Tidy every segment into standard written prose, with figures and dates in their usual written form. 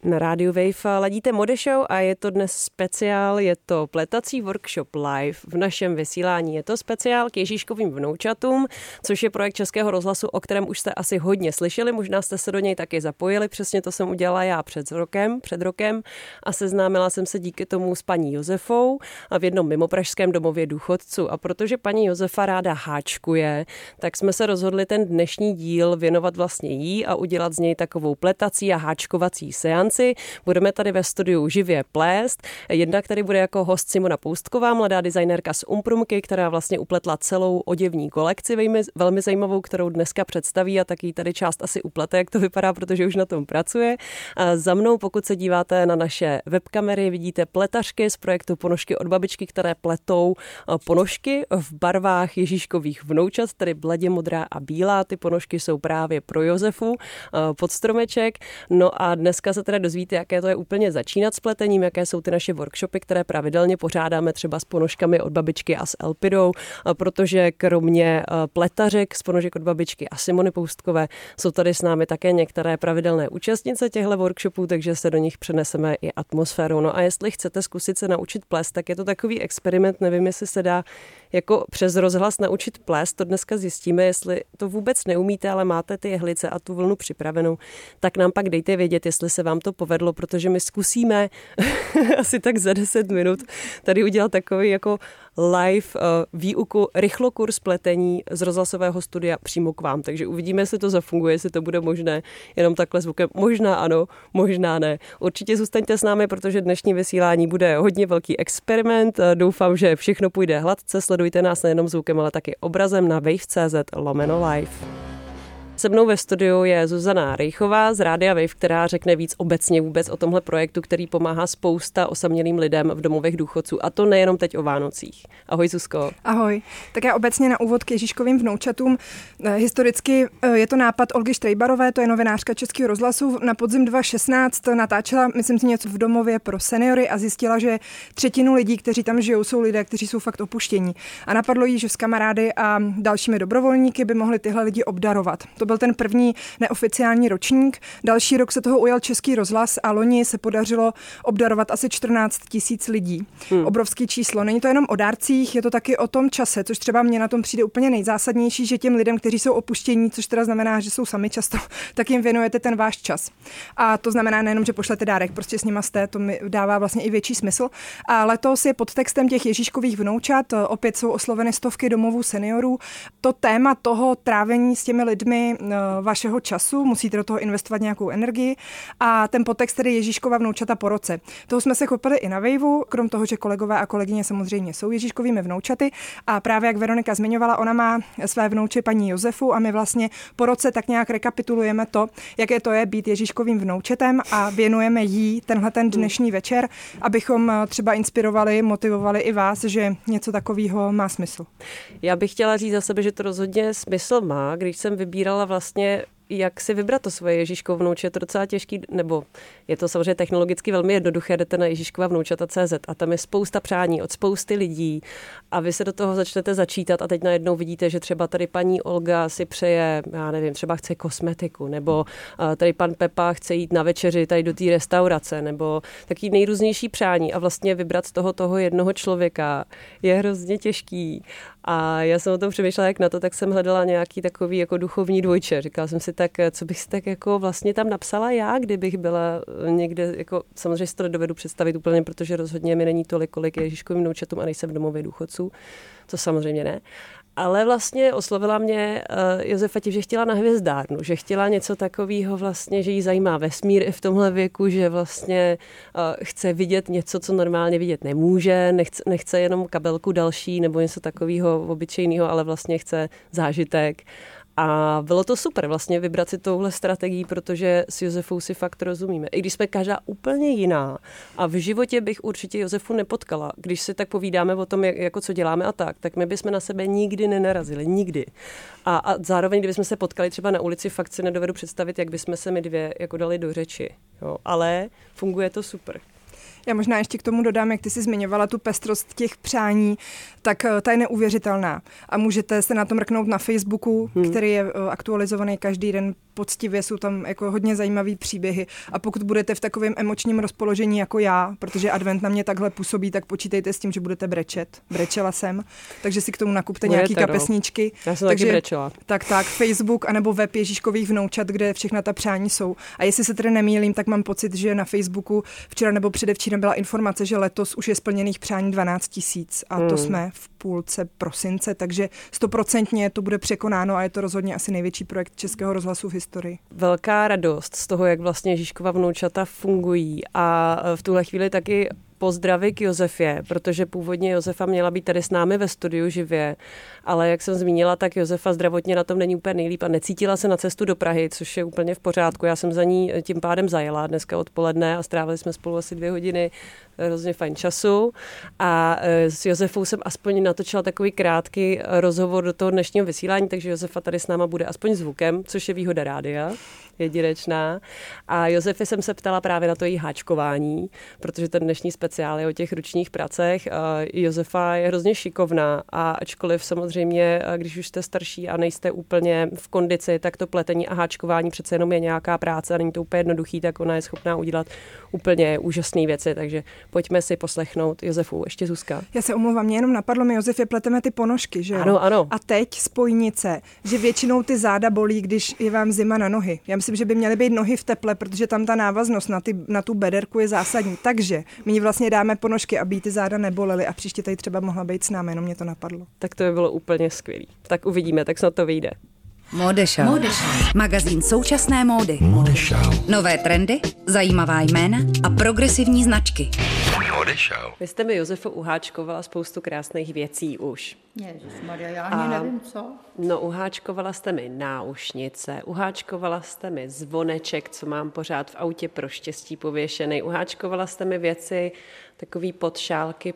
Na rádiu Wave ladíte Mode Show a je to dnes speciál, je to pletací workshop live v našem vysílání. Je to speciál k Ježíškovým vnoučatům, což je projekt Českého rozhlasu, o kterém už jste asi hodně slyšeli, možná jste se do něj taky zapojili, přesně to jsem udělala já před rokem a seznámila jsem se díky tomu s paní Josefou a v jednom mimopražském domově důchodců. A protože paní Josefa ráda háčkuje, tak jsme se rozhodli ten dnešní díl věnovat vlastně jí a udělat z něj takovou pletací a háčkovací seanci. Budeme tady ve studiu živě plést. Jednak tady bude jako host Simona Poustková, mladá designérka z Umprumky, která vlastně upletla celou oděvní kolekci velmi zajímavou, kterou dneska představí a taky tady část asi uplete, jak to vypadá, protože už na tom pracuje. A za mnou, pokud se díváte na naše webkamery, vidíte pletařky z projektu Ponožky od babičky, které pletou ponožky v barvách Ježíškových vnoučat, tedy bledě modrá a bílá. Ty ponožky jsou právě pro Josefu pod stromeček. No a dneska se teda dozvíte, jaké to je úplně začínat s pletením, jaké jsou ty naše workshopy, které pravidelně pořádáme třeba s ponožkami od babičky a s Elpidou, protože kromě pletařek z ponožek od babičky a Simony Poustkové jsou tady s námi také některé pravidelné účastnice těchto workshopů, takže se do nich přeneseme i atmosférou. No a jestli chcete zkusit se naučit plést, tak je to takový experiment, nevím, jestli se dá jako přes rozhlas naučit plést, to dneska zjistíme, jestli to vůbec neumíte, ale máte ty jehlice a tu vlnu připravenou, tak nám pak dejte vědět, jestli se vám to povedlo, protože my zkusíme asi tak za 10 minut tady udělat takový jako live výuku, rychlokurs pletení z rozhlasového studia přímo k vám. Takže uvidíme, jestli to zafunguje, jestli to bude možné jenom takhle zvukem. Možná ano, možná ne. Určitě zůstaňte s námi, protože dnešní vysílání bude hodně velký experiment. Doufám, že všechno půjde hladce. Sledujte nás nejenom zvukem, ale taky obrazem na wave.cz/live. Se mnou ve studiu je Zuzana Rejchová z Rádia Wave, která řekne víc obecně vůbec o tomhle projektu, který pomáhá spousta osamělým lidem v domovech důchodců. A to nejenom teď o Vánocích. Ahoj, Zuzko. Ahoj. Tak já obecně na úvod k Ježíškovým vnoučatům. Historicky je to nápad Olgy Štrejbarové, to je novinářka Českého rozhlasu. Na podzim 2016 natáčela, myslím si, něco v domově pro seniory a zjistila, že třetinu lidí, kteří tam žijou, jsou lidé, kteří jsou fakt opuštění. A napadlo jí, že s kamarády a dalšími dobrovolníky by mohli tyhle lidi obdarovat. To byl ten první neoficiální ročník. Další rok se toho ujal Český rozhlas a loni se podařilo obdarovat asi 14 000 lidí. Obrovský číslo. Není to jenom o dárcích, je to taky o tom čase, což třeba mně na tom přijde úplně nejzásadnější, že těm lidem, kteří jsou opuštění, což teda znamená, že jsou sami často, tak jim věnujete ten váš čas. A to znamená nejenom, že pošlete dárek, prostě s nima jste, to mi dává vlastně i větší smysl. A letos je pod textem těch Ježíškových vnoučat, opět jsou osloveny stovky domovů seniorů. To téma toho trávení s těmi lidmi vašeho času, musíte do toho investovat nějakou energii a ten podtext tedy Ježíškova vnoučata po roce. Toho jsme se chopili i na Waveu, krom toho, že kolegové a kolegyně samozřejmě jsou Ježíškovými vnoučaty a právě jak Veronika zmiňovala, ona má své vnouče paní Josefu a my vlastně po roce tak nějak rekapitulujeme to, jaké to je být Ježíškovým vnoučetem a věnujeme jí tenhle ten dnešní večer, abychom třeba inspirovali, motivovali i vás, že něco takového má smysl. Já bych chtěla říct za sebe, že to rozhodně smysl má, když jsem vybírala vlastně jak si vybrat to svoje Ježíškovo vnouče, je to docela těžký, nebo je to samozřejmě technologicky velmi jednoduché, jdete na ježíškovavnoučata.cz a tam je spousta přání od spousty lidí a vy se do toho začnete začítat a teď najednou vidíte, že třeba tady paní Olga si přeje, já nevím, třeba chce kosmetiku, nebo tady pan Pepa chce jít na večeři tady do té restaurace, nebo taky nejrůznější přání a vlastně vybrat z toho jednoho člověka je hrozně těžký. A já jsem o tom přemýšlela, jak na to, tak jsem hledala nějaký takový jako duchovní dvojče. Říkala jsem si tak, co bych si tak jako vlastně tam napsala já, kdybych byla někde, jako samozřejmě si to nedovedu představit úplně, protože rozhodně mi není tolik, kolik Ježíškovým vnoučatům a nejsem v domově důchodců. To samozřejmě ne. Ale vlastně oslovila mě Josefa tím, že chtěla na hvězdárnu, že chtěla něco takového vlastně, že jí zajímá vesmír i v tomhle věku, že vlastně chce vidět něco, co normálně vidět nemůže, nechce jenom kabelku další nebo něco takového obyčejného, ale vlastně chce zážitek. A bylo to super vlastně vybrat si touhle strategii, protože s Josefou si fakt rozumíme. I když jsme každá úplně jiná a v životě bych určitě Josefu nepotkala. Když si tak povídáme o tom, jako co děláme a tak my bychom na sebe nikdy nenarazili, nikdy. A zároveň, kdybychom se potkali třeba na ulici, fakt si nedovedu představit, jak bychom se my dvě jako dali do řeči. Jo. Ale funguje to super. Já možná ještě k tomu dodám, jak ty jsi zmiňovala tu pestrost těch přání, tak ta je neuvěřitelná. A můžete se na to mrknout na Facebooku, který je aktualizovaný každý den poctivě, jsou tam jako hodně zajímavý příběhy a pokud budete v takovém emočním rozpoložení jako já, protože advent na mě takhle působí, tak počítejte s tím, že budete brečet. Brečela jsem, takže si k tomu nakupte nějaký kapesníčky. Já jsem taky brečela. Tak, Facebook anebo web Ježíškových vnoučat, kde všechna ta přání jsou. A jestli se tedy nemýlím, tak mám pocit, že na Facebooku včera nebo předevčírem byla informace, že letos už je splněných přání 12 000 a to jsme v půlce prosince, takže 100% to bude překonáno a je to rozhodně asi největší projekt Českého rozhlasu v historii. Velká radost z toho, jak vlastně Ježíškova vnoučata fungují a v tuhle chvíli taky pozdravy k Josefě, protože původně Josefa měla být tady s námi ve studiu živě, ale jak jsem zmínila, tak Josefa zdravotně na tom není úplně nejlíp a necítila se na cestu do Prahy, což je úplně v pořádku. Já jsem za ní tím pádem zajela dneska odpoledne a strávili jsme spolu asi 2 hodiny hrozně fajn času a s Josefou jsem aspoň natočila takový krátký rozhovor do toho dnešního vysílání, takže Josefa tady s náma bude aspoň zvukem, což je výhoda rádia, jedinečná. A Josefy jsem se ptala právě na to její háčkování, protože ten dnešní speciál je o těch ručních pracech. Josefa je hrozně šikovná a ačkoliv samozřejmě, když už jste starší a nejste úplně v kondici, tak to pletení a háčkování přece jenom je nějaká práce a není to úplně jednoduchý, tak ona je schopná udělat úplně úžasné věci, takže pojďme si poslechnout Josefu. Ještě Zuzka. Já se omlouvám, mě jenom napadlo, my Josefě pleteme ty ponožky, že jo? Ano. A teď spojnice, že většinou ty záda bolí, když je vám zima na nohy. Já myslím, že by měly být nohy v teple, protože tam ta návaznost na tu bederku je zásadní. Takže my vlastně dáme ponožky, aby ty záda nebolely a příště tady třeba mohla být s námi, jenom mě to napadlo. Tak to by bylo úplně skvělý. Tak uvidíme, tak snad to vyjde. Modeshow. Magazín současné módy. Nové trendy, zajímavá jména a progresivní značky. Modeshow. Vy jste mi, Josefo, uháčkovala spoustu krásných věcí už. Ježišmarja, já ani nevím co. No, uháčkovala jste mi náušnice, uháčkovala jste mi zvoneček, co mám pořád v autě pro štěstí pověšený, uháčkovala jste mi věci, takový podšálky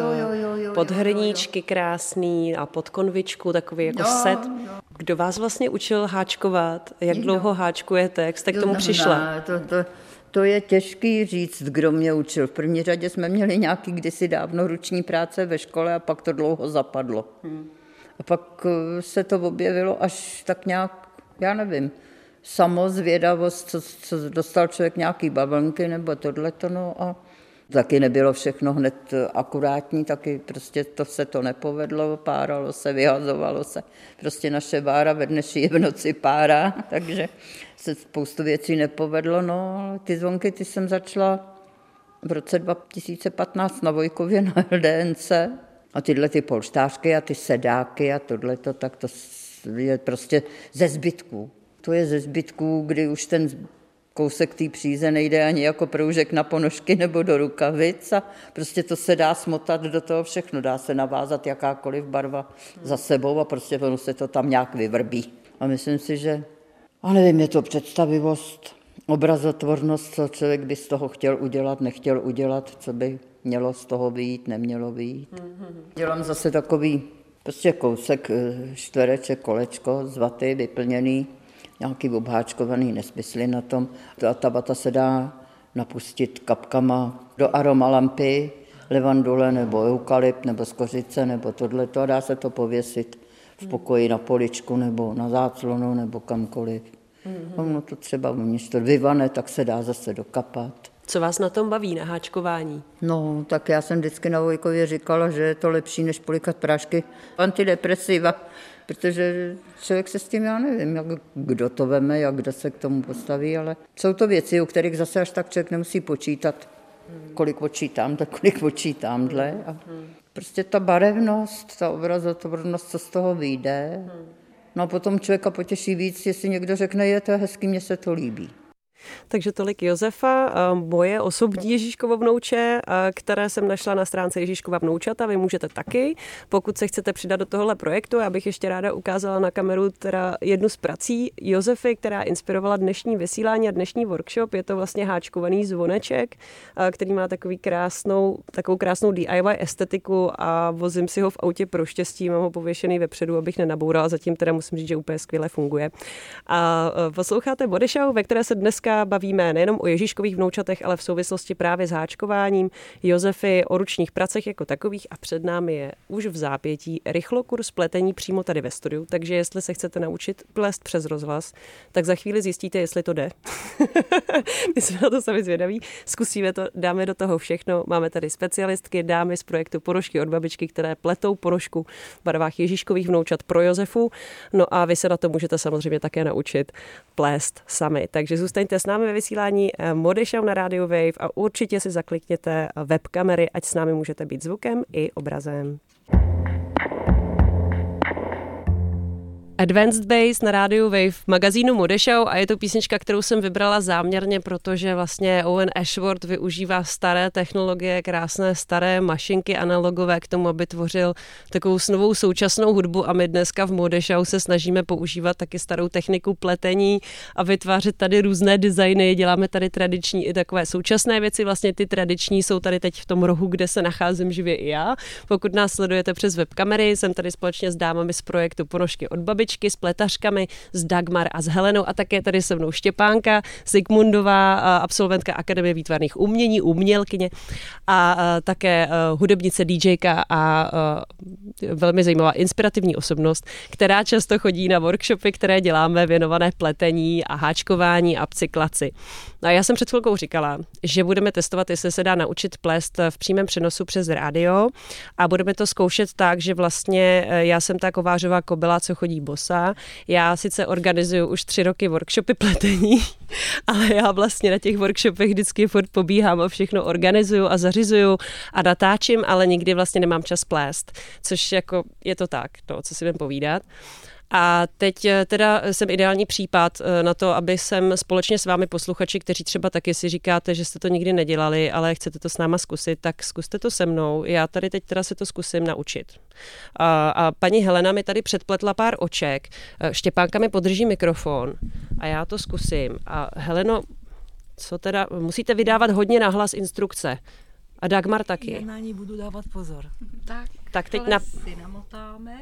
pod hrníčky krásný a pod konvičku, takový jako set. Kdo vás vlastně učil háčkovat? Jak dlouho háčkujete? Jak jste k tomu přišla? To je těžký říct, kdo mě učil. V první řadě jsme měli nějaký kdysi dávno ruční práce ve škole a pak to dlouho zapadlo. A pak se to objevilo až tak nějak, já nevím, samozvědavost, co dostal člověk nějaký bavlnky nebo tohleto, no a taky nebylo všechno hned akurátní, taky prostě se to nepovedlo, páralo se, vyhazovalo se. Prostě naše Bára ve dne šije, v noci párá, takže se spoustu věcí nepovedlo. No, ty zvonky, ty jsem začala v roce 2015 na Vojkově na LDNC a tyhle ty polštářky a ty sedáky a tohleto, tak to je prostě ze zbytků. To je ze zbytků, kdy už ten kousek té příze nejde ani jako proužek na ponožky nebo do rukavic a prostě to se dá smotat do toho všechno. Dá se navázat jakákoliv barva za sebou a prostě ono se to tam nějak vyvrbí. A myslím si, že, a nevím, je to představivost, obrazotvornost, co člověk by z toho chtěl udělat, nechtěl udělat, co by mělo z toho vyjít, nemělo vyjít. Dělám zase takový prostě kousek, čtvereček, kolečko z vaty vyplněný, nějaký obháčkovaný nesmysly na tom. Ta vata se dá napustit kapkama do aromalampy, levandule nebo eukalypt nebo skořice nebo tohleto a dá se to pověsit v pokoji na poličku nebo na záclonu nebo kamkoliv. No to třeba uvnitř to vyvane, tak se dá zase dokapat. Co vás na tom baví, na háčkování? No, tak já jsem vždycky na Vojkově říkala, že je to lepší, než polikat prášky antidepresiva, protože člověk se s tím, já nevím, jak kdo to veme, jak kdo se k tomu postaví, ale jsou to věci, u kterých zase až tak člověk nemusí počítat, kolik počítám. A prostě ta barevnost, ta obrazotvornost, co z toho vyjde. No a potom člověka potěší víc, jestli někdo řekne, je to hezký, mně se to líbí. Takže tolik Josefa, moje osobní Ježíškovo vnouče, které jsem našla na stránce Ježíškova vnoučata. Vy můžete taky, pokud se chcete přidat do tohohle projektu. Já bych ještě ráda ukázala na kameru teda jednu z prací Josefy, která inspirovala dnešní vysílání a dnešní workshop. Je to vlastně háčkovaný zvoneček, který má takovou krásnou DIY estetiku a vozím si ho v autě pro štěstí. Mám ho pověšený vepředu, abych nenabourala. Zatím teda musím říct, že úplně skvěle funguje. A posloucháte Modeshow, ve které se dneska dneska bavíme nejenom o Ježíškových vnoučatech, ale v souvislosti právě s háčkováním Josefy, o ručních pracech jako takových a před námi je už v zápětí rychlokurs pletení přímo tady ve studiu, takže jestli se chcete naučit plést přes rozhlas, tak za chvíli zjistíte, jestli to jde. My jsme na to sami zvědaví, zkusíme to, dáme do toho všechno. Máme tady specialistky, dámy z projektu Ponožky od babičky, které pletou ponožku v barvách Ježíškových vnoučat pro Josefu. No a vy se na to můžete samozřejmě také naučit plést sami. Takže zůstaňte s námi ve vysílání Mode Show na Radio Wave a určitě si zaklikněte webkamery, ať s námi můžete být zvukem i obrazem. Advanced Bass na Radio Wave v magazínu Mode Show a je to písnička, kterou jsem vybrala záměrně, protože vlastně Owen Ashworth využívá staré technologie, krásné staré mašinky analogové k tomu, aby tvořil takovou novou současnou hudbu a my dneska v Mode Show se snažíme používat taky starou techniku pletení a vytvářet tady různé designy, děláme tady tradiční i takové současné věci, vlastně ty tradiční jsou tady teď v tom rohu, kde se nacházím živě i já. Pokud nás sledujete přes webkamery, jsem tady společně s dámami z projektu Ponožky od babičky, s pletařkami, s Dagmar a s Helenou a také tady se mnou Štěpánka Zikmundová, absolventka Akademie výtvarných umění, umělkyně a také hudebnice, DJka a velmi zajímavá inspirativní osobnost, která často chodí na workshopy, které děláme věnované pletení a háčkování a upcyklaci. No a já jsem před chvilkou říkala, že budeme testovat, jestli se dá naučit plést v přímém přenosu přes rádio a budeme to zkoušet tak, že vlastně já jsem ta kovářová kobyla, co chodí bosa. Já sice organizuju už 3 roky workshopy pletení, ale já vlastně na těch workshopech vždycky furt pobíhám a všechno organizuju a zařizuju a natáčím, ale nikdy vlastně nemám čas plést, což jako je to tak, no, co si budem povídat. A teď teda jsem ideální případ na to, aby jsem společně s vámi posluchači, kteří třeba taky si říkáte, že jste to nikdy nedělali, ale chcete to s náma zkusit, tak zkuste to se mnou. Já tady teď teda se to zkusím naučit. A paní Helena mi tady předpletla pár oček. Štěpánka mi podrží mikrofon a já to zkusím. A Heleno, co teda, musíte vydávat hodně nahlas instrukce. A Dagmar taky. Já na ní budu dávat pozor. Tak teď si namotáme.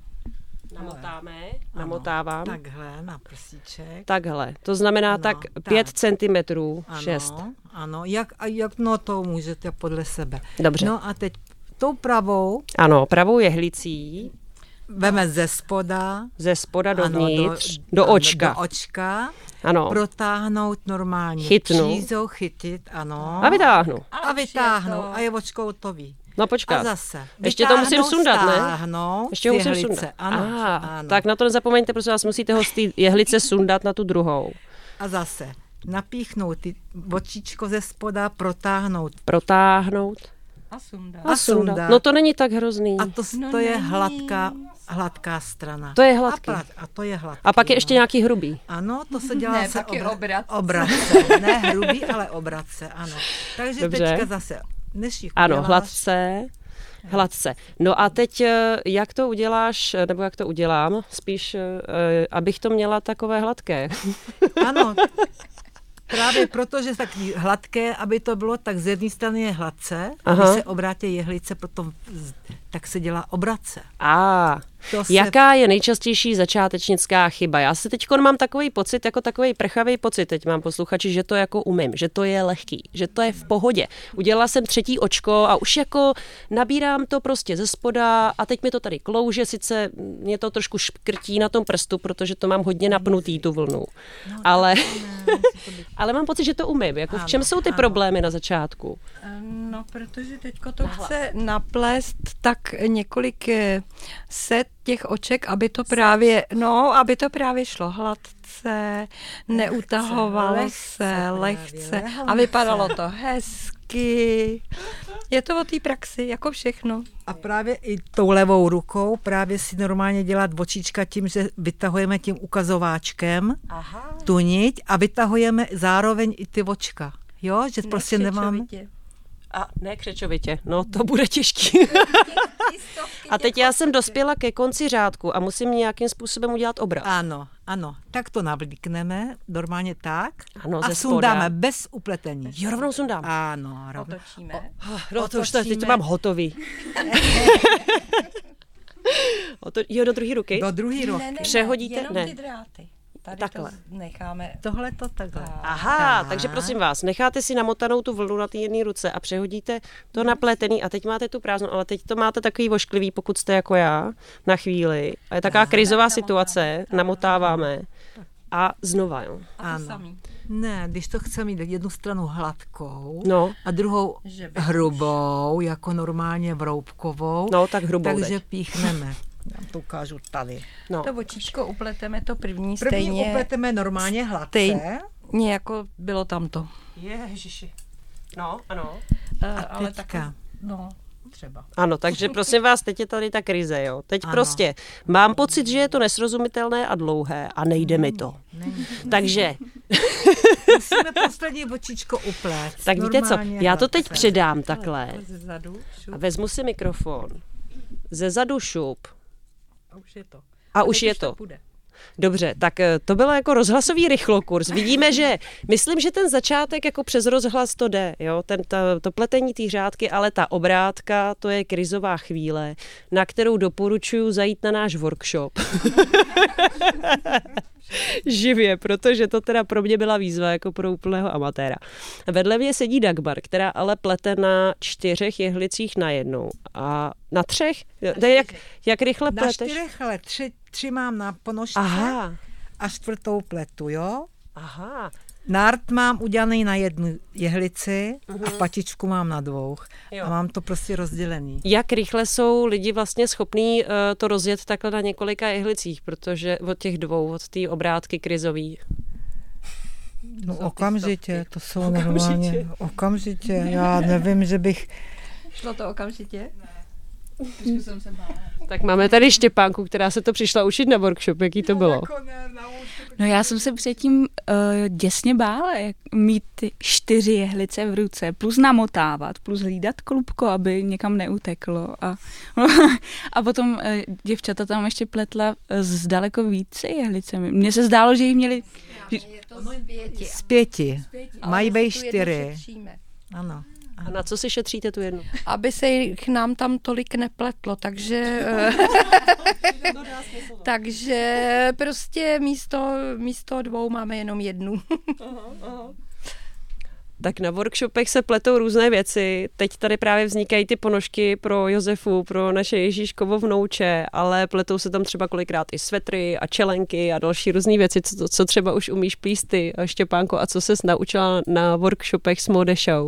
Namotávám. Takhle na prsíček. Takhle, to znamená tak 5 centimetrů, 6. Ano, jak no to můžete podle sebe. Dobře. No a teď tou pravou. Ano, pravou jehlicí. Veme ze spoda dovnitř, do očka. Do očka. Ano. Protáhnout normálně. Chytnu. Čízou chytit, ano. A vytáhnu. A je očko hotový. No počkat. A zase. Ještě to musím sundat, ne? Ještě ho musím sundat. Ano. Tak na to nezapomeňte, protože vás musíte ho z té jehlice sundat na tu druhou. A zase napíchnout ty očičko ze spoda, Protáhnout. A sundat. No to není tak hrozný. A to je hladká strana. To je hladký. A to je hladký. A pak je ještě nějaký hrubý. Ano, to se dělá obratce. Ne hrubý, ale obratce, ano. Takže dobře. Teďka zase, než jich ano, uděláš, hladce. No a teď, jak to uděláš, nebo jak to udělám, spíš, abych to měla takové hladké. Ano, právě proto, že tak hladké, aby to bylo, tak z jedné strany je hladce, když se obrátí jehlice, tak se dělá obratce. Jaká je nejčastější začátečnická chyba? Já se teď mám takový pocit, jako takový prchavý pocit, teď mám posluchači, že to jako umím, že to je lehký, že to je v pohodě. Udělala jsem 3. očko a už jako nabírám to prostě ze spoda a teď mi to tady klouže, sice mě to trošku škrtí na tom prstu, protože to mám hodně napnutý, tu vlnu. Ale mám pocit, že to umím. Jako v čem jsou ty problémy na začátku? No, protože teďko to chce naplést tak několik set těch oček, aby to právě šlo hladce, neutahovalo se, lehce a vypadalo to hezky. Je to o té praxi, jako všechno. A právě i tou levou rukou právě si normálně dělat očička tím, že vytahujeme tím ukazováčkem tu niť a vytahujeme zároveň i ty očka. Jo, že prostě nemáme... A ne křečovitě, no to bude těžký. A teď já jsem dospěla ke konci řádku a musím nějakým způsobem udělat obraz. Ano, tak to navlíkneme, normálně tak. Ano, a sundáme bez upletení. Jo, rovnou sundám. Ano, rovnou. Otočíme. No to už teď to mám hotový. Jo, do druhé ruky? Do druhé ruky. Přehodíte? Jenom ty dráty. tady takhle. to necháme. Tohle to takhle. Aha, takže prosím vás, necháte si namotanou tu vlnu na té jedné ruce a přehodíte to na pletený a teď máte tu prázdnou, ale teď to máte takový vošklivý, pokud jste jako já, na chvíli. A je taková krizová situace, namotáváme a znova, jo. A to samý. Ne, když to chceme mít jednu stranu hladkou a druhou hrubou, jako normálně vroubkovou, tak hrubou takže teď. píchneme. Já to ukážu tady. To očičko upleteme to první První stejně. upleteme normálně hladce. Stejně jako bylo tamto. Ježiši. No, ano. Ale teďka. Třeba. Ano, takže prosím vás, teď je tady ta krize, jo. Teď prostě mám pocit, že je to nesrozumitelné a dlouhé a nejde mi to. Takže... Musíme poslední očičko uplést. Tak víte co, já to teď předám takhle a vezmu si mikrofon. Ze zadu šup. A už je to. Dobře, tak to bylo jako rozhlasový rychlokurs. Vidíme, že myslím, že ten začátek jako přes rozhlas to jde, jo? To pletení té řádky, ale ta obrátka, to je krizová chvíle, na kterou doporučuji zajít na náš workshop. Živě, protože to teda pro mě byla výzva jako pro úplného amatéra. Vedle mě sedí Dagmar, která ale plete na 4 jehlicích najednou. A na 3? Jak rychle pleteš? Na 4, ale 3 mám na ponožce a 4. pletu, jo? Aha. Nárt mám udělaný na 1 jehlici a patičku mám na 2. A mám to prostě rozdělený. Jak rychle jsou lidi vlastně schopní to rozjet takhle na několika jehlicích, protože od těch 2, od té obrátky krizový? No okamžitě, to jsou normálně, okamžitě. Já nevím, že bych... Šlo to okamžitě? Jsem se bála. Tak máme tady Štěpánku, která se to přišla učit na workshop. Jaký to bylo? No já jsem se předtím děsně bála, jak mít 4 jehlice v ruce, plus namotávat, plus hlídat klubko, aby někam neuteklo. A potom děvčata tam ještě pletla s daleko více jehlicemi. Mně se zdálo, že jich měli... Z 5. Mají být 4. Ano. A na co si šetříte tu jednu? Aby se k nám tam tolik nepletlo, takže prostě místo 2 máme jenom 1. Tak na workshopech se pletou různé věci. Teď tady právě vznikají ty ponožky pro Josefu, pro naše Ježíškovo vnouče, ale pletou se tam třeba kolikrát i svetry a čelenky a další různé věci, co třeba už umíš plíst ty, Štěpánko, a co ses naučila na workshopech s Mode Show?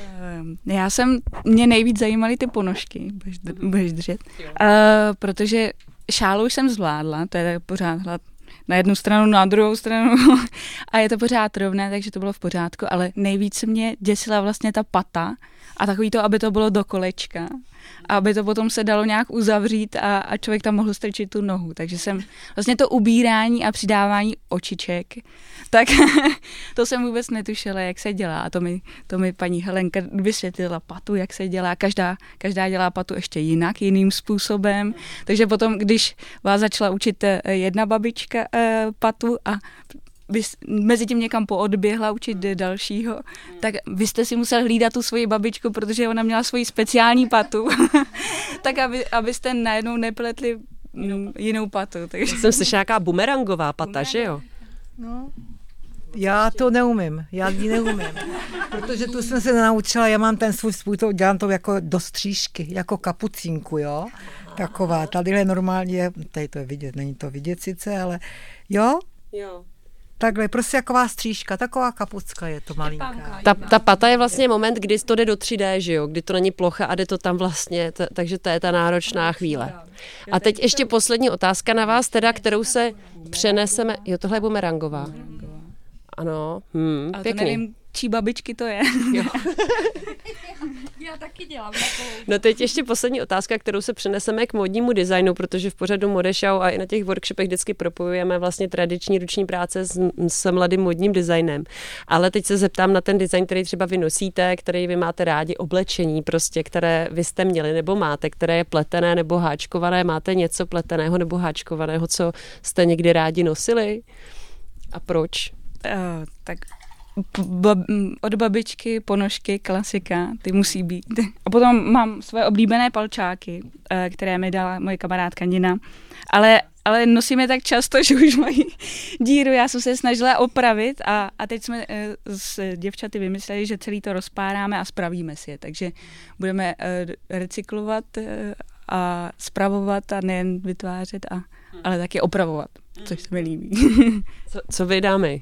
Mě nejvíc zajímaly ty ponožky, budeš držet, protože šálu už jsem zvládla, to je pořád hlad na jednu stranu, na druhou stranu a je to pořád rovné, takže to bylo v pořádku, ale nejvíc mě děsila vlastně ta pata a takový to, aby to bylo do kolečka, aby to potom se dalo nějak uzavřít a člověk tam mohl strčit tu nohu, takže jsem vlastně to ubírání a přidávání očiček, tak to jsem vůbec netušila, jak se dělá a to mi paní Helenka vysvětlila patu, jak se dělá, každá dělá patu ještě jinak, jiným způsobem, takže potom, když vás začala učit jedna babička patu a mezi tím někam poodběhla učit dalšího, tak vy jste si musel hlídat tu svoji babičku, protože ona měla svoji speciální patu, tak abyste najednou nepletli jinou patu. Takže... Jsem slyšela nějaká bumerangová pata, že jo? No. Já to neumím, protože tu jsem se naučila, já mám ten svůj způsob, dělám to jako do střížky, jako kapucínku, jo, taková, tadyhle normálně, tady to je vidět, není to vidět sice, ale jo. Takhle, prostě taková střížka, taková kapucka je to malinká. Ta pata je vlastně moment, kdy to jde do 3D, že jo? Kdy to není plocha a jde to tam vlastně, takže to je ta náročná chvíle. A teď ještě poslední otázka na vás, teda, kterou se přeneseme. Jo, tohle je bumerangová. Ano, ale pěkný. To nevím, čí babičky to je. Jo. Já taky dělám. No teď ještě poslední otázka, kterou se přeneseme k módnímu designu, protože v pořadu Mode Show a i na těch workshopech vždycky propojujeme vlastně tradiční ruční práce s mladým módním designem. Ale teď se zeptám na ten design, který třeba vy nosíte, který vy máte rádi, oblečení prostě, které vy jste měli nebo máte, které je pletené nebo háčkované. Máte něco pleteného nebo háčkovaného, co jste někdy rádi nosili? A proč? Tak od babičky, ponožky, klasika, ty musí být. A potom mám svoje oblíbené palčáky, které mi dala moje kamarádka Nina. Ale ale nosím je tak často, že už mají díru. Já jsem se snažila opravit a teď jsme s děvčaty vymysleli, že celý to rozpáráme a spravíme si je. Takže budeme recyklovat a spravovat a nejen vytvářet, ale taky opravovat, což se mi líbí. Co vy, dámy?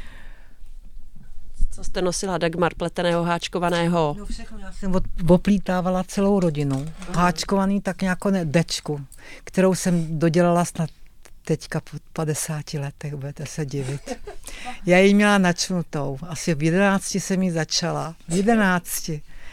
Co jste nosila, Dagmar, pleteného, háčkovaného? No všechno, já jsem oplítávala celou rodinu. Háčkovaný tak nějakou dečku, kterou jsem dodělala snad teďka po 50 letech, budete se divit. Já ji měla načnutou, asi v 11 jsem ji začala, v 11.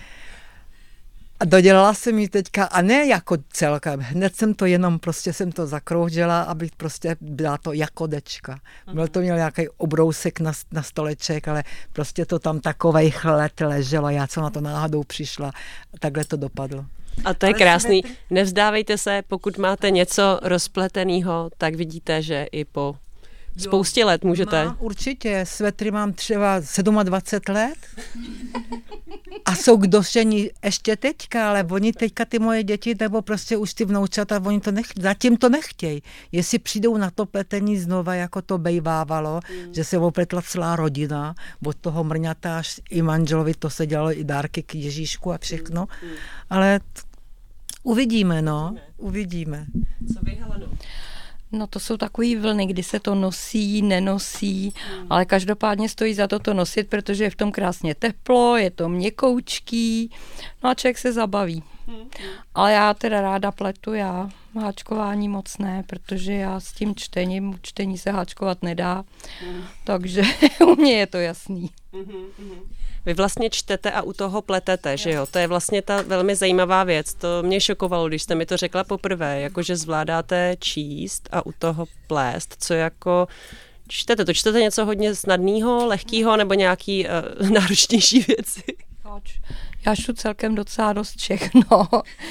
A dodělala jsem ji teďka, a ne jako celkem, hned jsem to jenom, prostě jsem to zakroužila, aby prostě byla to jako dečka. Byl to měl nějaký obrousek na stoleček, ale prostě to tam takovej chlet leželo, já co na to náhodou přišla, takhle to dopadlo. A to je krásný. Nevzdávejte se, pokud máte něco rozpletenýho, tak vidíte, že i po spoustě let můžete. Mám, určitě, svetry mám třeba 27 let a jsou k došení ještě teďka, ale oni teďka ty moje děti, nebo prostě už ty vnoučata, oni to zatím to nechtějí. Jestli přijdou na to pletení znova, jako to bejvávalo, že se opletla celá rodina, od toho mrňata až i manželovi, to se dělalo i dárky k Ježíšku a všechno, ale uvidíme, uvidíme. Co vy, Heleno? No to jsou takový vlny, kdy se to nosí, nenosí, ale každopádně stojí za to nosit, protože je v tom krásně teplo, je to měkoučký, no a člověk se zabaví. Ale já teda ráda pletu, já háčkování moc ne, protože já s tím čtení se háčkovat nedá, takže u mě je to jasný. Vy vlastně čtete a u toho pletete, že jo? To je vlastně ta velmi zajímavá věc. To mě šokovalo, když jste mi to řekla poprvé, jakože zvládáte číst a u toho plést, co jako čtete. To čtete něco hodně snadného, lehkého nebo nějaký náročnější věci? Já čtu celkem docela dost všechno.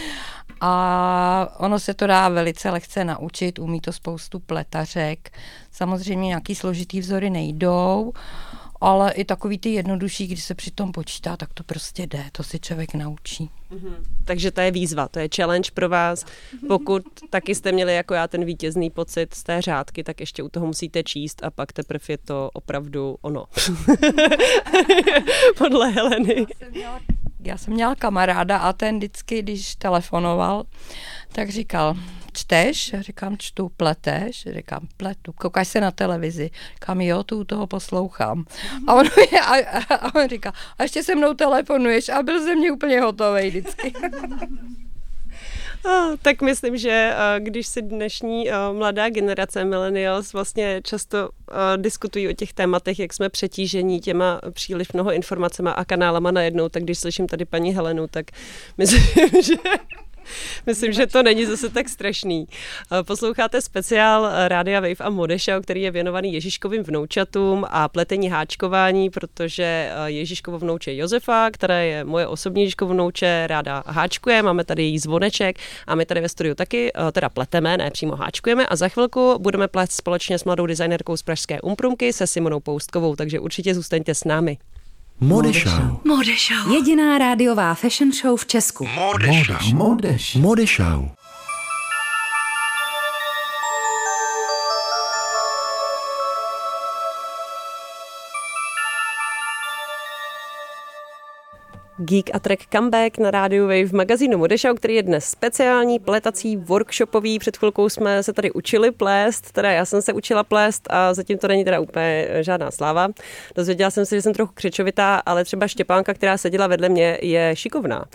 A ono se to dá velice lehce naučit, umí to spoustu pletařek. Samozřejmě nějaký složitý vzory nejdou, ale i takový ty jednodušší, když se při tom počítá, tak to prostě jde, to si člověk naučí. Takže to je výzva, to je challenge pro vás. Pokud taky jste měli jako já ten vítězný pocit z té řádky, tak ještě u toho musíte číst a pak teprve je to opravdu ono. Podle Heleny. Já jsem měla kamaráda a ten vždycky, když telefonoval, tak říkal, čteš? Já říkám, čtu, pleteš? Říkám, pletu, koukáš se na televizi? Říkám, jo, tu toho poslouchám. A on říká, a ještě se mnou telefonuješ? A byl ze mě úplně hotovej vždycky. Tak myslím, že když si dnešní mladá generace millennials vlastně často diskutují o těch tématech, jak jsme přetížení těma příliš mnoho informacema a kanálama najednou, tak když slyším tady paní Helenu, tak myslím, že to není zase tak strašný. Posloucháte speciál Rádia Wave a Mode Show, který je věnovaný Ježíškovým vnoučatům a pletení háčkování, protože Ježíškovo vnouče Josefa, která je moje osobní Ježíškovo vnouče, ráda háčkuje, máme tady její zvoneček a my tady ve studiu taky teda pleteme, ne přímo háčkujeme a za chvilku budeme plést společně s mladou designérkou z pražské Umprumky se Simonou Poustkovou, takže určitě zůstaňte s námi. Mode Show. Jediná rádiová fashion show v Česku. Mode Show. Geek a Track Comeback na rádiu Wave v magazínu Mode Show, který je dnes speciální, pletací, workshopový. Před chvilkou jsme se tady učili plést, teda já jsem se učila plést a zatím to není teda úplně žádná sláva. Dozvěděla jsem se, že jsem trochu křečovitá, ale třeba Štěpánka, která seděla vedle mě, je šikovná.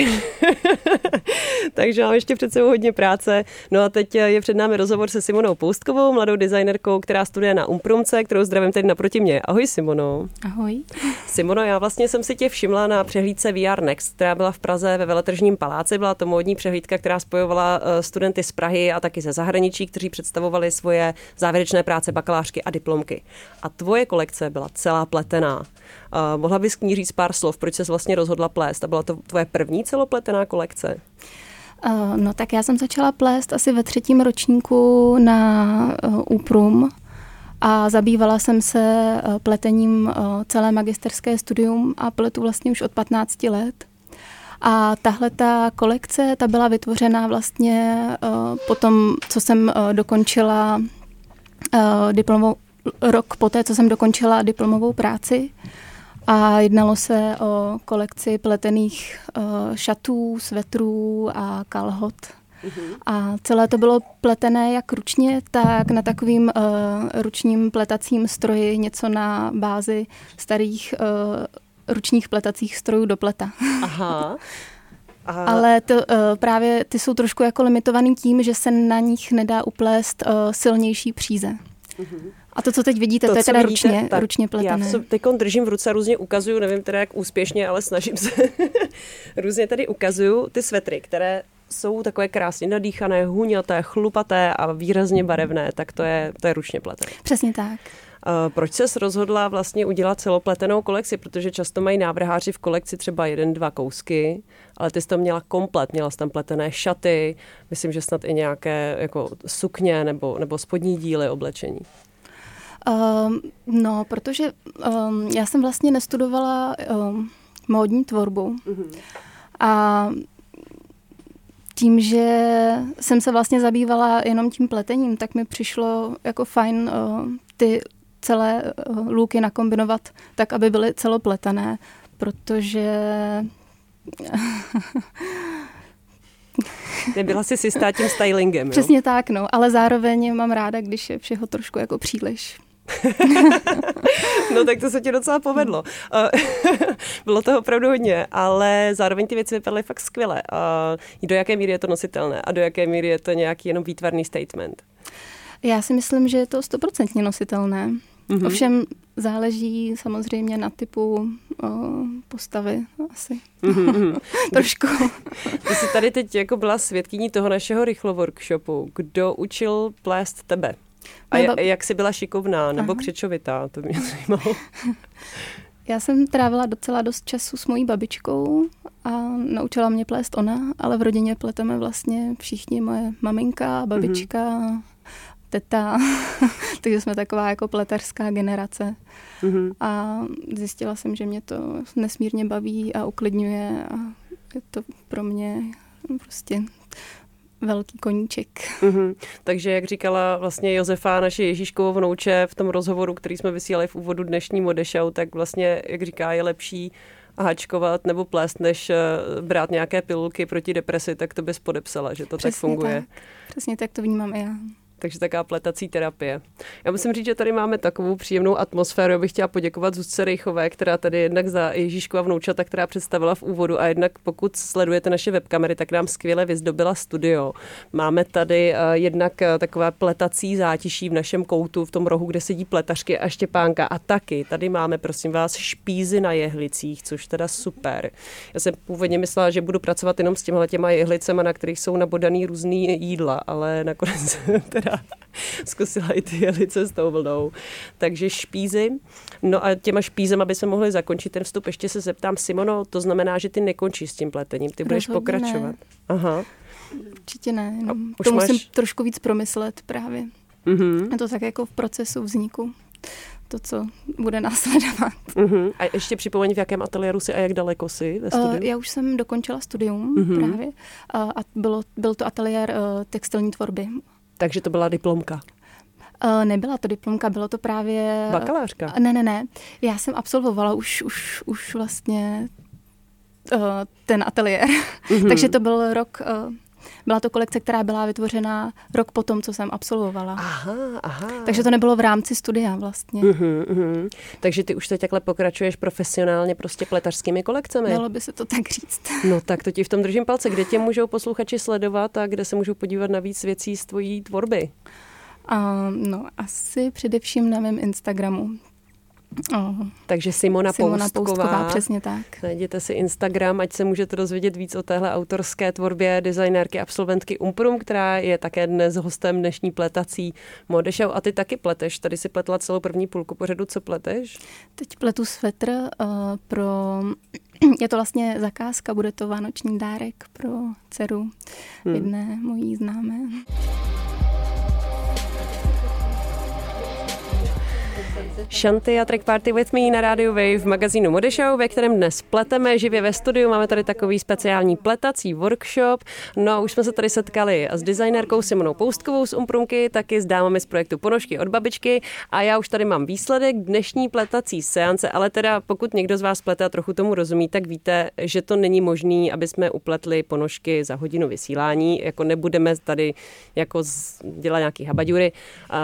Takže mám ještě před sebou hodně práce. No a teď je před námi rozhovor se Simonou Poustkovou, mladou designérkou, která studuje na Umprumce, kterou zdravím tady naproti mě. Ahoj, Simono. Ahoj. Simono, já vlastně jsem si tě všimla na přehlídce VR Next, která byla v Praze ve Veletržním paláci. Byla to módní přehlídka, která spojovala studenty z Prahy a taky ze zahraničí, kteří představovali svoje závěrečné práce, bakalářky a diplomky. A tvoje kolekce byla celá pletená. Mohla bys k ní říct pár slov, proč ses vlastně rozhodla plést? A byla to tvoje první celopletená kolekce? No tak já jsem začala plést asi ve 3. ročníku na UPRUM a zabývala jsem se pletením celé magisterské studium a pletu vlastně už od 15 let. A tahle ta kolekce, ta byla vytvořena vlastně potom, co jsem dokončila rok poté, co jsem dokončila diplomovou práci. A jednalo se o kolekci pletených šatů, svetrů a kalhot. A celé to bylo pletené jak ručně, tak na takovým ručním pletacím stroji, něco na bázi starých ručních pletacích strojů do pleta. Aha. Ale právě ty jsou trošku jako limitovaný tím, ručně na nich nedá uplést silnější příze. A to, co teď vidíte, to je teda ručně pletené. Já teď držím v ruce a různě ukazuju, nevím teda jak úspěšně, ale snažím se. Různě tady ukazuju ty svetry, které jsou takové krásně nadýchané, huňaté, chlupaté a výrazně barevné, tak to je ručně pletené. Přesně tak. Proč ses rozhodla vlastně udělat celopletenou kolekci? Protože často mají návrháři v kolekci třeba 1-2 kousky, ale ty jsi to měla komplet. Měla jsi tam pletené šaty, myslím, že snad i nějaké jako sukně nebo spodní díly oblečení. No, protože já jsem vlastně nestudovala módní tvorbu. A tím, že jsem se vlastně zabývala jenom tím pletením, tak mi přišlo jako fajn ty celé lůky nakombinovat tak, aby byly celopletené, protože... Nebyla jsi jistá tím stylingem, jo? Přesně tak, no, ale zároveň mám ráda, když je všeho trošku jako příliš. No tak to se ti docela povedlo. Bylo toho opravdu hodně, ale zároveň ty věci vypadaly fakt skvěle. Do jaké míry je to nositelné a do jaké míry je to nějaký jenom výtvarný statement? Já si myslím, že je to 100% nositelné. Ovšem záleží samozřejmě na typu postavy asi. Trošku. Ty jsi tady teď jako byla svědkyní toho našeho rychloworkshopu. Kdo učil plést tebe? A jak jsi byla šikovná nebo křičovitá? To mě zajímalo. Já jsem trávila docela dost času s mojí babičkou a naučila mě plést ona, ale v rodině pleteme vlastně všichni, moje maminka, babička, teta, takže jsme taková jako pleterská generace. A zjistila jsem, že mě to nesmírně baví a uklidňuje a je to pro mě prostě velký koníček. Takže jak říkala vlastně Josefa, naše Ježíškovo vnouče v tom rozhovoru, který jsme vysílali v úvodu dnešní Mode Show, tak vlastně, jak říká, je lepší háčkovat nebo plést, než brát nějaké pilulky proti depresi, tak to bys podepsala, že to přesně tak funguje. Tak. Přesně tak to vnímám i já. Takže taká pletací terapie. Já musím říct, že tady máme takovou příjemnou atmosféru. Já bych chtěla poděkovat Zuzce Rejchové, která tady jednak za Ježíškova vnoučata, která představila v úvodu, a jednak pokud sledujete naše webkamery, tak nám skvěle vyzdobila studio. Máme tady jednak takové pletací zátiší v našem koutu, v tom rohu, kde sedí pletařky a Štěpánka, a taky tady máme, prosím vás, špízy na jehlicích, což teda super. Já jsem původně myslela, že budu pracovat jenom s těma jehlicema, na kterých jsou nabodaný různý jídla, ale nakonec teda zkusila i ty jehlice s tou vlnou. Takže špízy. No a těma špízema by se mohli zakončit ten vstup. Ještě se zeptám, Simono, to znamená, že ty nekončíš s tím pletením, ty budeš pokračovat. Ne. Aha. Určitě ne. No. To musím trošku víc promyslet právě. Je to tak jako v procesu vzniku. To, co bude následovat. A ještě připomeň, v jakém ateliéru jsi a jak daleko jsi ve studiu? Já už jsem dokončila studium právě a byl to ateliér textilní tvorby. Takže to byla diplomka? Nebyla to diplomka, bylo to právě... Bakalářka? Ne. Já jsem absolvovala už vlastně ten ateliér. Takže to byl rok... Byla to kolekce, která byla vytvořena rok potom, co jsem absolvovala. Aha. Takže to nebylo v rámci studia vlastně. Takže ty už teď takhle pokračuješ profesionálně prostě pletařskými kolekcemi? Dalo by se to tak říct. No tak to ti v tom držím palce. Kde tě můžou posluchači sledovat a kde se můžou podívat na víc věcí z tvojí tvorby? No asi především na mém Instagramu. Takže Simona Poustková, přesně tak. Najděte si Instagram, ať se můžete dozvědět víc o téhle autorské tvorbě designérky, absolventky Umprum, která je také dnes hostem dnešní pletací Mode Show. A ty taky pleteš, tady si pletla celou první půlku pořadu, co pleteš? Teď pletu svetr je to vlastně zakázka, bude to vánoční dárek pro dceru jedné mojí známé. Shanty a Track Party with Me na rádiu Wave v magazínu Mode Show, ve kterém dnes pleteme živě ve studiu. Máme tady takový speciální pletací workshop. No a už jsme se tady setkali s designérkou Simonou Poustkovou z Umprumky, taky s dámami z projektu Ponožky od babičky a já už tady mám výsledek dnešní pletací seance, ale teda pokud někdo z vás plete a trochu tomu rozumí, tak víte, že to není možný, aby jsme upletli ponožky za hodinu vysílání, jako nebudeme tady jako dělat nějaký habaďury.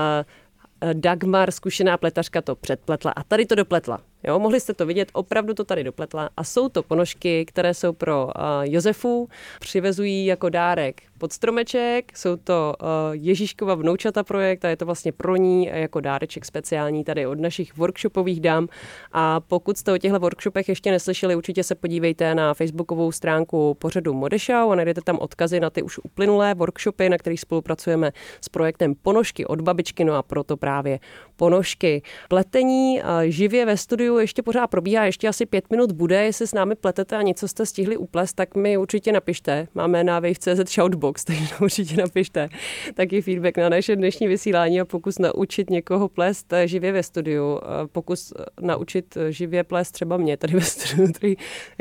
Dagmar, zkušená pletařka, to předpletla a tady to dopletla. Jo, mohli jste to vidět, opravdu to tady dopletla a jsou to ponožky, které jsou pro Josefu, přivezují jako dárek pod stromeček, jsou to Ježíškova vnoučata projekt a je to vlastně pro ní jako dáreček speciální tady od našich workshopových dám a pokud jste o těchto workshopech ještě neslyšeli, určitě se podívejte na facebookovou stránku pořadu Mode Show a najdete tam odkazy na ty už uplynulé workshopy, na kterých spolupracujeme s projektem Ponožky od babičky, no a proto právě ponožky. Pletení živě ve studiu ještě pořád probíhá, ještě asi 5 minut bude, jestli s námi pletete a něco jste stihli uplést, tak mi určitě napište. Máme na wave.cz shoutbox, takže určitě napište taky feedback na naše dnešní vysílání a pokus naučit někoho plést živě ve studiu. Pokus naučit živě plést třeba mě tady ve studiu, který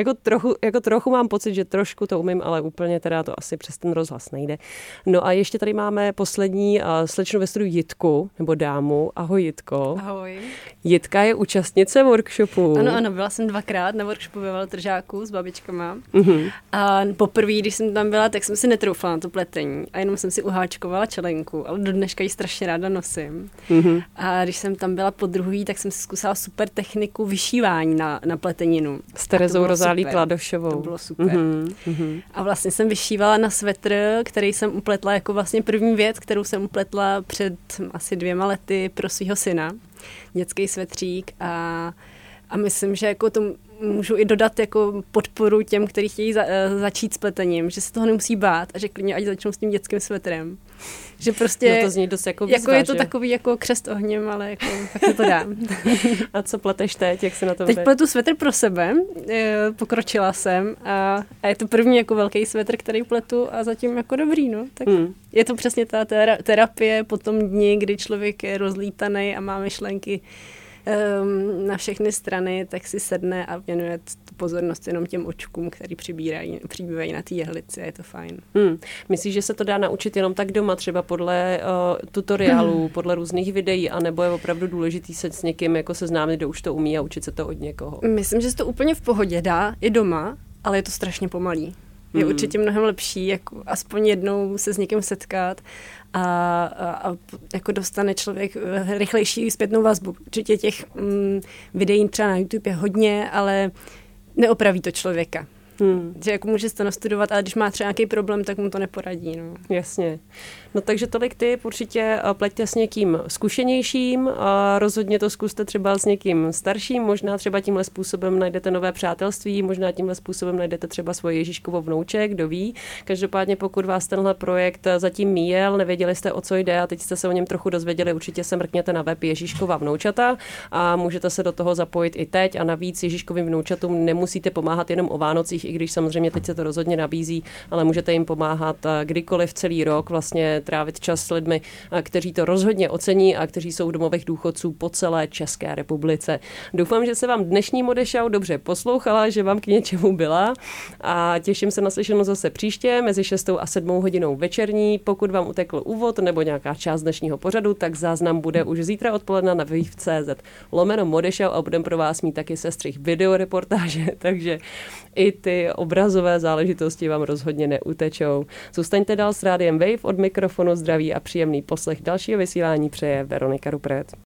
jako trochu mám pocit, že trošku to umím, ale úplně teda to asi přes ten rozhlas nejde. No a ještě tady máme poslední slečnu ve studiu Jitku, nebo dámu. Ahoj Jitko. Ahoj. Jitka je účastnice workshopu. Ano, byla jsem 2krát na workshopu ve Veletržáku s babičkama. Uh-huh. A poprvé, když jsem tam byla, tak jsem si netroufla na to pletení a jenom jsem si uháčkovala čelenku, ale do dneška ji strašně ráda nosím. Uh-huh. A když jsem tam byla podruhý, tak jsem si zkusila super techniku vyšívání na pleteninu. S Terezou Rozálí Kladošovou. To bylo super. Uh-huh. A vlastně jsem vyšívala na svetr, který jsem upletla jako vlastně první věc, kterou jsem upletla před asi 2 lety pro svého syna. Dětský svetřík a myslím, že jako to můžu i dodat jako podporu těm, kteří chtějí začít s pletením, že se toho nemusí bát a že klidně ať začnou s tím dětským svetrem. Že prostě no to zní dost jako výzva, je to takový jako křest ohněm, ale jako tak se to dá. A co pleteš teď, jak se na to Teď pletu svetr pro sebe, pokročila jsem a je to první jako velký svetr, který pletu a zatím jako dobrý, no. Tak je to přesně ta terapie po tom dni, kdy člověk je rozlítaný a má myšlenky na všechny strany, tak si sedne a věnuje tu pozornost jenom těm očkům, který přibývají na té jehlici a je to fajn. Myslíš, že se to dá naučit jenom tak doma, třeba podle tutoriálů, podle různých videí, anebo je opravdu důležitý se s někým jako seznámit, kdo už to umí a učit se to od někoho? Myslím, že se to úplně v pohodě dá i doma, ale je to strašně pomalý. Je určitě mnohem lepší, jako aspoň jednou se s někým setkat a jako dostane člověk rychlejší zpětnou vazbu. Určitě těch videí třeba na YouTube je hodně, ale neopraví to člověka. Že jako může to nastudovat, ale když má třeba nějaký problém, tak mu to neporadí. No. Jasně. No takže tolik tip, určitě pleťte s někým zkušenějším a rozhodně to zkuste třeba s někým starším, možná třeba tímhle způsobem najdete nové přátelství, možná tímhle způsobem najdete třeba svoje Ježíškovo vnouče, kdo ví. Každopádně pokud vás tenhle projekt zatím míjel, nevěděli jste, o co jde a teď jste se o něm trochu dozvěděli, určitě se mrkněte na web Ježíškova vnoučata a můžete se do toho zapojit i teď a navíc Ježíškovým vnoučatům nemusíte pomáhat jenom o Vánocích, i když samozřejmě teď se to rozhodně nabízí, ale můžete jim pomáhat kdykoliv celý rok, vlastně trávit čas s lidmi, kteří to rozhodně ocení a kteří jsou v domovech důchodců po celé České republice. Doufám, že se vám dnešní Mode Show dobře poslouchala, že vám k něčemu byla a těším se na slyšenou zase příště mezi 6 a 7 hodinou večerní. Pokud vám utekl úvod nebo nějaká část dnešního pořadu, tak záznam bude už zítra odpoledne na wave.cz/Mode Show a budeme pro vás mít taky sestřih videoreportáže, takže i ty obrazové záležitosti vám rozhodně neutečou. Zůstaňte dál s rádiem Wave, od mikrofonu zdraví a příjemný poslech dalšího vysílání přeje Veronika Rupret.